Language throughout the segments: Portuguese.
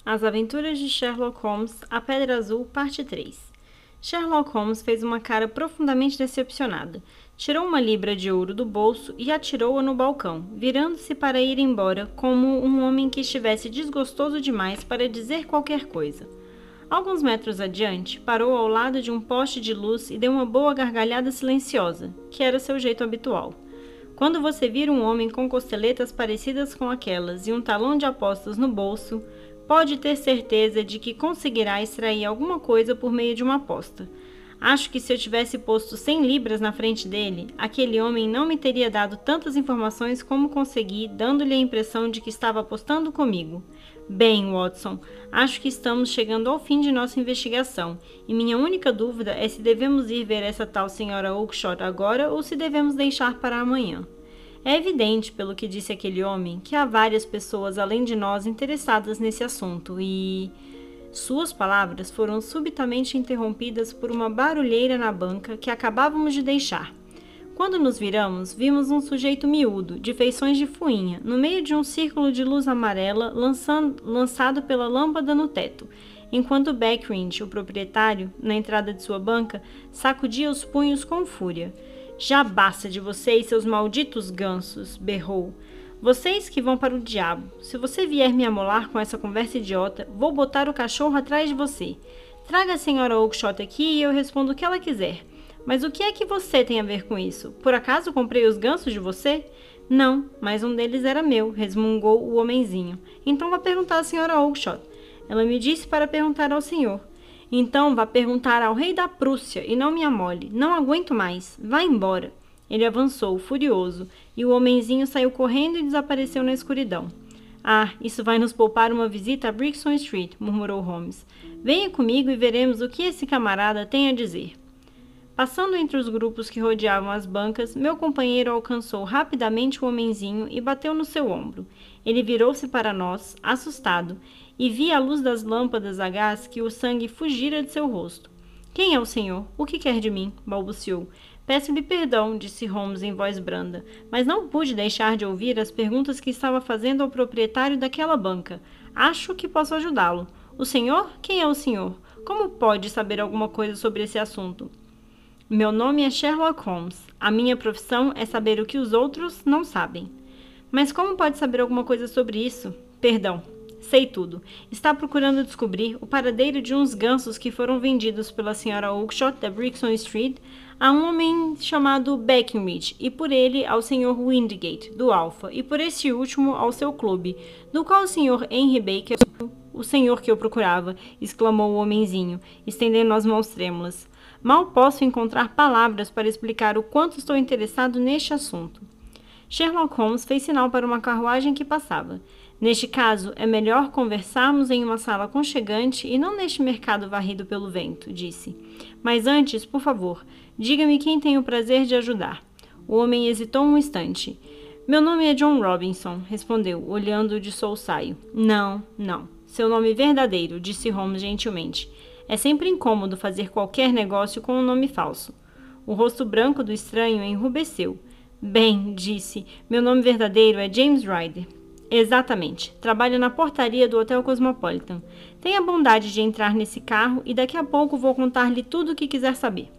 As Aventuras de Sherlock Holmes, A Pedra Azul, Parte 3. Sherlock Holmes fez uma cara profundamente decepcionada. Tirou uma libra de ouro do bolso e atirou-a no balcão, virando-se para ir embora como um homem que estivesse desgostoso demais para dizer qualquer coisa. Alguns metros adiante, parou ao lado de um poste de luz e deu uma boa gargalhada silenciosa, que era seu jeito habitual. Quando você vira um homem com costeletas parecidas com aquelas e um talão de apostas no bolso, pode ter certeza de que conseguirá extrair alguma coisa por meio de uma aposta. Acho que se eu tivesse posto 100 libras na frente dele, aquele homem não me teria dado tantas informações como consegui, dando-lhe a impressão de que estava apostando comigo. Bem, Watson, acho que estamos chegando ao fim de nossa investigação, e minha única dúvida é se devemos ir ver essa tal senhora Oakshott agora ou se devemos deixar para amanhã. É evidente, pelo que disse aquele homem, que há várias pessoas além de nós interessadas nesse assunto e... Suas palavras foram subitamente interrompidas por uma barulheira na banca que acabávamos de deixar. Quando nos viramos, vimos um sujeito miúdo, de feições de fuinha, no meio de um círculo de luz amarela lançado pela lâmpada no teto, enquanto Beckridge, o proprietário, na entrada de sua banca, sacudia os punhos com fúria. Já basta de vocês, seus malditos gansos, berrou. Vocês que vão para o diabo. Se você vier me amolar com essa conversa idiota, vou botar o cachorro atrás de você. Traga a senhora Oakshott aqui e eu respondo o que ela quiser. Mas o que é que você tem a ver com isso? Por acaso comprei os gansos de você? Não, mas um deles era meu, resmungou o homenzinho. Então vá perguntar à senhora Oakshott. Ela me disse para perguntar ao senhor. Então vá perguntar ao rei da Prússia e não me amole. Não aguento mais. Vá embora. Ele avançou, furioso, e o homenzinho saiu correndo e desapareceu na escuridão. Ah, isso vai nos poupar uma visita a Brixton Street, murmurou Holmes. Venha comigo e veremos o que esse camarada tem a dizer. Passando entre os grupos que rodeavam as bancas, meu companheiro alcançou rapidamente o homenzinho e bateu no seu ombro. Ele virou-se para nós, assustado, e vi à luz das lâmpadas a gás que o sangue fugira de seu rosto. — Quem é o senhor? O que quer de mim? — balbuciou. — Peço-lhe perdão, disse Holmes em voz branda, mas não pude deixar de ouvir as perguntas que estava fazendo ao proprietário daquela banca. Acho que posso ajudá-lo. O senhor? Quem é o senhor? Como pode saber alguma coisa sobre esse assunto? Meu nome é Sherlock Holmes. A minha profissão é saber o que os outros não sabem. Mas como pode saber alguma coisa sobre isso? Perdão. Sei tudo. Está procurando descobrir o paradeiro de uns gansos que foram vendidos pela senhora Oakshott da Brixton Street a um homem chamado Beckridge e por ele ao senhor Windigate, do Alpha, e por este último ao seu clube, do qual o senhor Henry Baker, o senhor que eu procurava, exclamou o homenzinho, estendendo as mãos trêmulas. Mal posso encontrar palavras para explicar o quanto estou interessado neste assunto. Sherlock Holmes fez sinal para uma carruagem que passava. Neste caso, é melhor conversarmos em uma sala aconchegante e não neste mercado varrido pelo vento, disse. Mas antes, por favor, diga-me quem tem o prazer de ajudar. O homem hesitou um instante. Meu nome é John Robinson, respondeu, olhando de soussaio. Não. Seu nome verdadeiro, disse Holmes gentilmente. É sempre incômodo fazer qualquer negócio com um nome falso. O rosto branco do estranho enrubesceu. Bem, disse, meu nome verdadeiro é James Ryder. Exatamente. Trabalha na portaria do Hotel Cosmopolitan. Tenha a bondade de entrar nesse carro e daqui a pouco vou contar-lhe tudo o que quiser saber.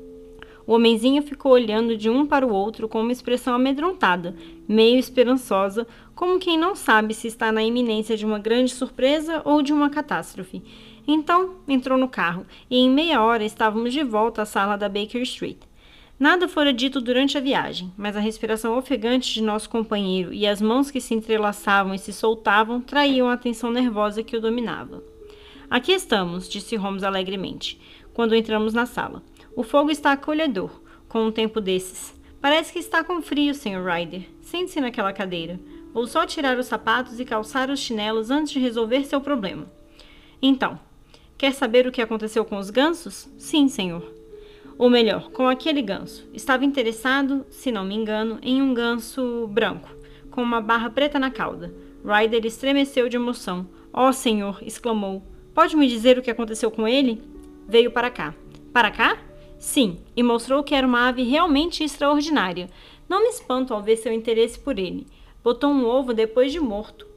O homenzinho ficou olhando de um para o outro com uma expressão amedrontada, meio esperançosa, como quem não sabe se está na iminência de uma grande surpresa ou de uma catástrofe. Então, entrou no carro e em meia hora estávamos de volta à sala da Baker Street. Nada fora dito durante a viagem, mas a respiração ofegante de nosso companheiro e as mãos que se entrelaçavam e se soltavam traíam a tensão nervosa que o dominava. Aqui estamos, disse Holmes alegremente, quando entramos na sala. O fogo está acolhedor, com um tempo desses. Parece que está com frio, Sr. Ryder. Sente-se naquela cadeira. Vou só tirar os sapatos e calçar os chinelos antes de resolver seu problema. Então, quer saber o que aconteceu com os gansos? Sim, senhor. Ou melhor, com aquele ganso. Estava interessado, se não me engano, em um ganso branco, com uma barra preta na cauda. Ryder estremeceu de emoção. Oh, senhor! Exclamou. Pode me dizer o que aconteceu com ele? Veio para cá. Para cá? Sim, e mostrou que era uma ave realmente extraordinária. Não me espanto ao ver seu interesse por ele. Botou um ovo depois de morto.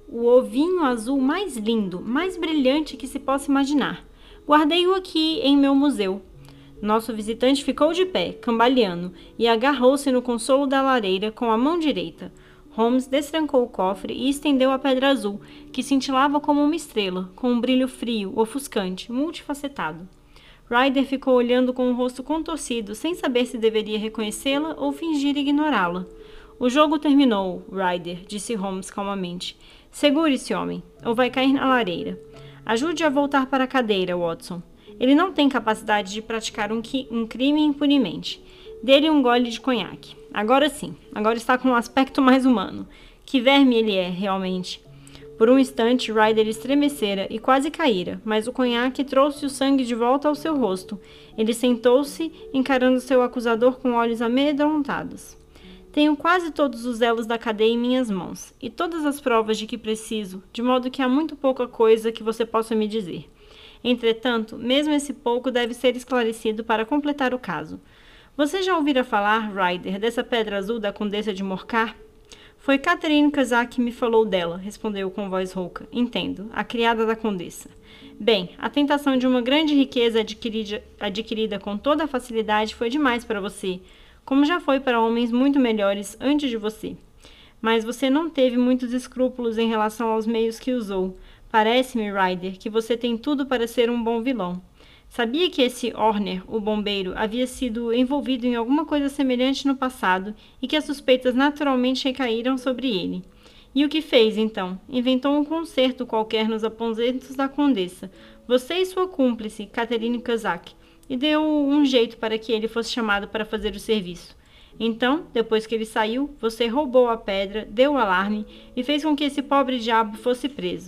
o ovinho azul mais lindo, mais brilhante que se possa imaginar. Guardei-o aqui em meu museu. Nosso visitante ficou de pé, cambaleando, e agarrou-se no consolo da lareira com a mão direita. Holmes destrancou o cofre e estendeu a pedra azul, que cintilava como uma estrela, com um brilho frio, ofuscante, multifacetado. Ryder ficou olhando com o rosto contorcido, sem saber se deveria reconhecê-la ou fingir ignorá-la. O jogo terminou, Ryder, disse Holmes calmamente. Segure-se, homem, ou vai cair na lareira. Ajude-o a voltar para a cadeira, Watson. Ele não tem capacidade de praticar um crime impunemente. Dê-lhe um gole de conhaque. Agora sim, agora está com um aspecto mais humano. Que verme ele é, realmente. Por um instante, Ryder estremecera e quase caíra, mas o conhaque trouxe o sangue de volta ao seu rosto. Ele sentou-se, encarando seu acusador com olhos amedrontados. Tenho quase todos os elos da cadeia em minhas mãos, e todas as provas de que preciso, de modo que há muito pouca coisa que você possa me dizer. Entretanto, mesmo esse pouco deve ser esclarecido para completar o caso. Você já ouvira falar, Ryder, dessa pedra azul da Condessa de Morcar? Foi Catherine Kazak que me falou dela, respondeu com voz rouca. Entendo, a criada da Condessa. Bem, a tentação de uma grande riqueza adquirida com toda a facilidade foi demais para você, como já foi para homens muito melhores antes de você. Mas você não teve muitos escrúpulos em relação aos meios que usou. Parece-me, Ryder, que você tem tudo para ser um bom vilão. Sabia que esse Horner, o bombeiro, havia sido envolvido em alguma coisa semelhante no passado e que as suspeitas naturalmente recaíram sobre ele. E o que fez, então? Inventou um concerto qualquer nos aposentos da Condessa, você e sua cúmplice, Catherine Kazak, e deu um jeito para que ele fosse chamado para fazer o serviço. Então, depois que ele saiu, você roubou a pedra, deu o alarme e fez com que esse pobre diabo fosse preso.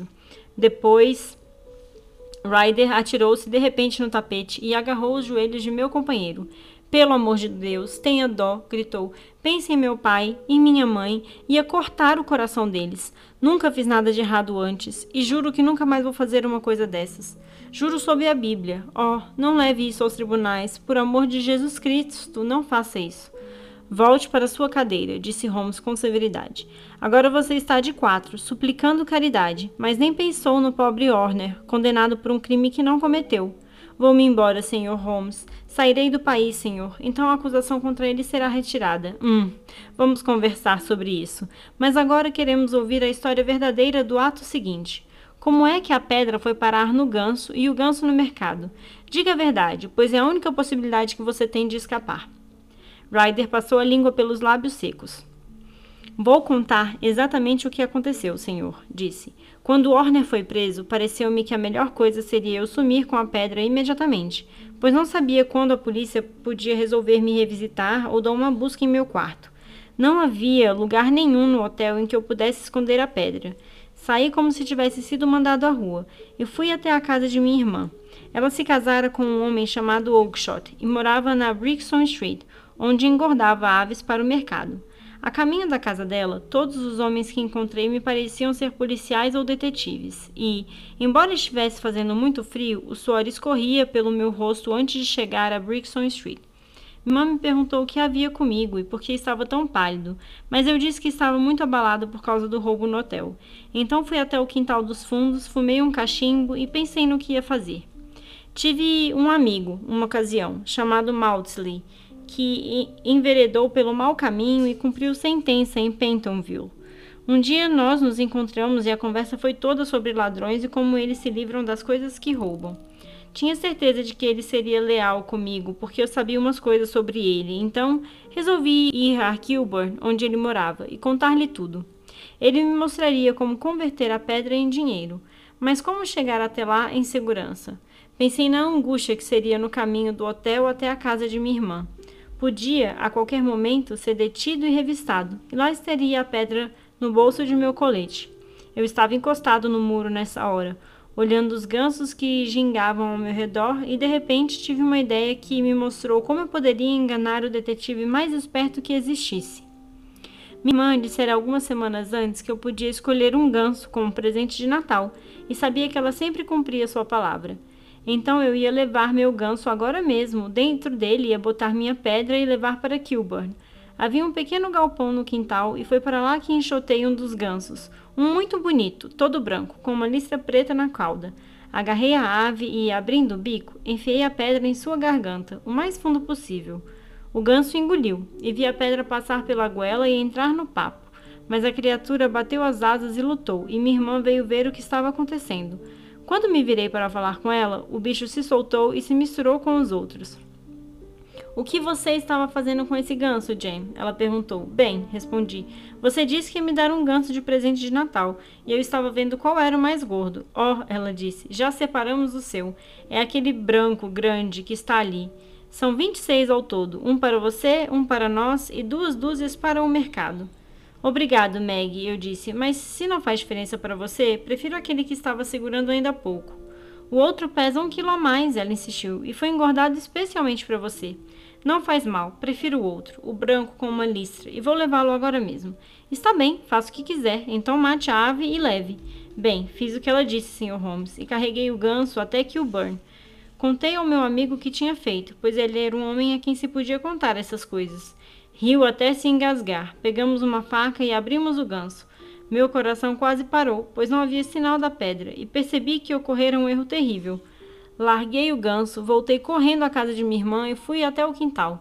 Depois, Ryder atirou-se de repente no tapete e agarrou os joelhos de meu companheiro. Pelo amor de Deus, tenha dó, gritou. Pense em meu pai, em minha mãe, ia cortar o coração deles. Nunca fiz nada de errado antes, e juro que nunca mais vou fazer uma coisa dessas. Juro sob a Bíblia. Oh, não leve isso aos tribunais. Por amor de Jesus Cristo, não faça isso. Volte para sua cadeira, disse Holmes com severidade. Agora você está de quatro, suplicando caridade, mas nem pensou no pobre Horner, condenado por um crime que não cometeu. Vou-me embora, Sr. Holmes. Sairei do país, senhor. Então a acusação contra ele será retirada. Vamos conversar sobre isso. Mas agora queremos ouvir a história verdadeira do ato seguinte. Como é que a pedra foi parar no ganso e o ganso no mercado? Diga a verdade, pois é a única possibilidade que você tem de escapar. Ryder passou a língua pelos lábios secos. Vou contar exatamente o que aconteceu, senhor, disse. Quando Horner foi preso, pareceu-me que a melhor coisa seria eu sumir com a pedra imediatamente, pois não sabia quando a polícia podia resolver me revisitar ou dar uma busca em meu quarto. Não havia lugar nenhum no hotel em que eu pudesse esconder a pedra. Saí como se tivesse sido mandado à rua e fui até a casa de minha irmã. Ela se casara com um homem chamado Oakshott e morava na Brixton Street, onde engordava aves para o mercado. A caminho da casa dela, todos os homens que encontrei me pareciam ser policiais ou detetives, e, embora estivesse fazendo muito frio, o suor escorria pelo meu rosto antes de chegar a Brixton Street. Minha mãe me perguntou o que havia comigo e por que estava tão pálido, mas eu disse que estava muito abalado por causa do roubo no hotel. Então fui até o quintal dos fundos, fumei um cachimbo e pensei no que ia fazer. Tive um amigo, uma ocasião, chamado Maudsley, que enveredou pelo mau caminho e cumpriu sentença em Pentonville. Um dia nós nos encontramos e a conversa foi toda sobre ladrões e como eles se livram das coisas que roubam. Tinha certeza de que ele seria leal comigo, porque eu sabia umas coisas sobre ele, então resolvi ir a Kilburn, onde ele morava, e contar-lhe tudo. Ele me mostraria como converter a pedra em dinheiro, mas como chegar até lá em segurança. Pensei na angústia que seria no caminho do hotel até a casa de minha irmã. Podia, a qualquer momento, ser detido e revistado, e lá estaria a pedra no bolso de meu colete. Eu estava encostado no muro nessa hora, olhando os gansos que gingavam ao meu redor, e de repente tive uma ideia que me mostrou como eu poderia enganar o detetive mais esperto que existisse. Minha mãe dissera algumas semanas antes que eu podia escolher um ganso como presente de Natal, e sabia que ela sempre cumpria sua palavra. Então eu ia levar meu ganso agora mesmo, dentro dele ia botar minha pedra e levar para Kilburn. Havia um pequeno galpão no quintal e foi para lá que enxotei um dos gansos, um muito bonito, todo branco, com uma listra preta na cauda. Agarrei a ave e, abrindo o bico, enfiei a pedra em sua garganta, o mais fundo possível. O ganso engoliu, e vi a pedra passar pela goela e entrar no papo. Mas a criatura bateu as asas e lutou, e minha irmã veio ver o que estava acontecendo. Quando me virei para falar com ela, o bicho se soltou e se misturou com os outros. O que você estava fazendo com esse ganso, Jane? Ela perguntou. Bem, respondi. Você disse que ia me dar um ganso de presente de Natal, e eu estava vendo qual era o mais gordo. Oh, ela disse, já separamos o seu. É aquele branco grande que está ali. São 26 ao todo, um para você, um para nós e 2 dúzias para o mercado. Obrigado, Maggie, eu disse, mas se não faz diferença para você, prefiro aquele que estava segurando ainda há pouco. O outro pesa 1 quilo a mais, ela insistiu, e foi engordado especialmente para você. Não faz mal, prefiro o outro, o branco com uma listra, e vou levá-lo agora mesmo. Está bem, faça o que quiser, então mate a ave e leve. Bem, fiz o que ela disse, Sr. Holmes, e carreguei o ganso até Kilburn. Contei ao meu amigo o que tinha feito, pois ele era um homem a quem se podia contar essas coisas. Riu até se engasgar. Pegamos uma faca e abrimos o ganso. Meu coração quase parou, pois não havia sinal da pedra, e percebi que ocorrera um erro terrível. Larguei o ganso, voltei correndo à casa de minha irmã e fui até o quintal.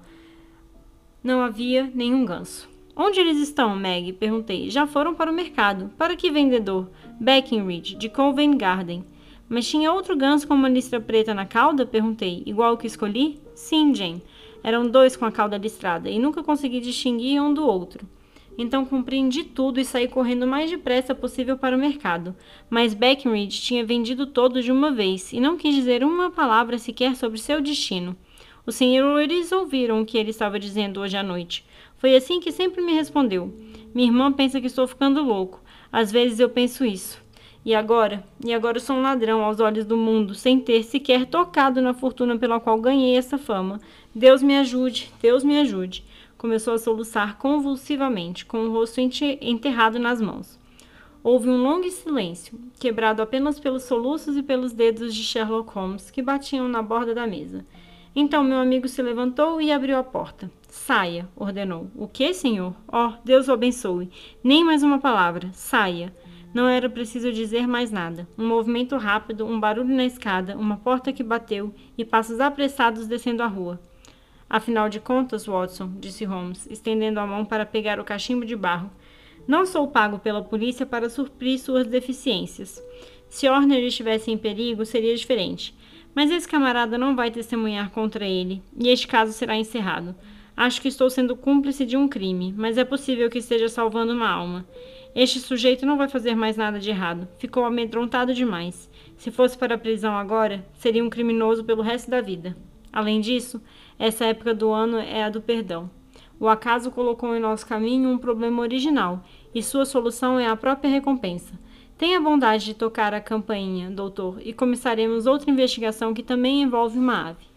Não havia nenhum ganso. Onde eles estão, Meg? Perguntei. Já foram para o mercado. Para que vendedor? Beckenridge, de Covent Garden. Mas tinha outro ganso com uma listra preta na cauda? Perguntei. Igual o que escolhi? Sim, Jane. Eram 2 com a cauda listrada e nunca consegui distinguir um do outro. Então compreendi tudo e saí correndo o mais depressa possível para o mercado. Mas Beckenridge tinha vendido todos de uma vez e não quis dizer uma palavra sequer sobre seu destino. Os senhores ouviram o que ele estava dizendo hoje à noite. Foi assim que sempre me respondeu. Minha irmã pensa que estou ficando louco. Às vezes eu penso isso. E agora sou um ladrão aos olhos do mundo, sem ter sequer tocado na fortuna pela qual ganhei essa fama. Deus me ajude, Deus me ajude. Começou a soluçar convulsivamente, com o rosto enterrado nas mãos. Houve um longo silêncio, quebrado apenas pelos soluços e pelos dedos de Sherlock Holmes, que batiam na borda da mesa. Então meu amigo se levantou e abriu a porta. Saia, ordenou. O que, senhor? Oh, Deus o abençoe. Nem mais uma palavra. Saia. Não era preciso dizer mais nada. Um movimento rápido, um barulho na escada, uma porta que bateu e passos apressados descendo a rua. Afinal de contas, Watson, disse Holmes, estendendo a mão para pegar o cachimbo de barro, não sou pago pela polícia para suprir suas deficiências. Se Horner estivesse em perigo, seria diferente. Mas esse camarada não vai testemunhar contra ele, e este caso será encerrado. Acho que estou sendo cúmplice de um crime, mas é possível que esteja salvando uma alma. Este sujeito não vai fazer mais nada de errado. Ficou amedrontado demais. Se fosse para a prisão agora, seria um criminoso pelo resto da vida. Além disso, essa época do ano é a do perdão. O acaso colocou em nosso caminho um problema original, e sua solução é a própria recompensa. Tenha bondade de tocar a campainha, doutor, e começaremos outra investigação que também envolve uma ave.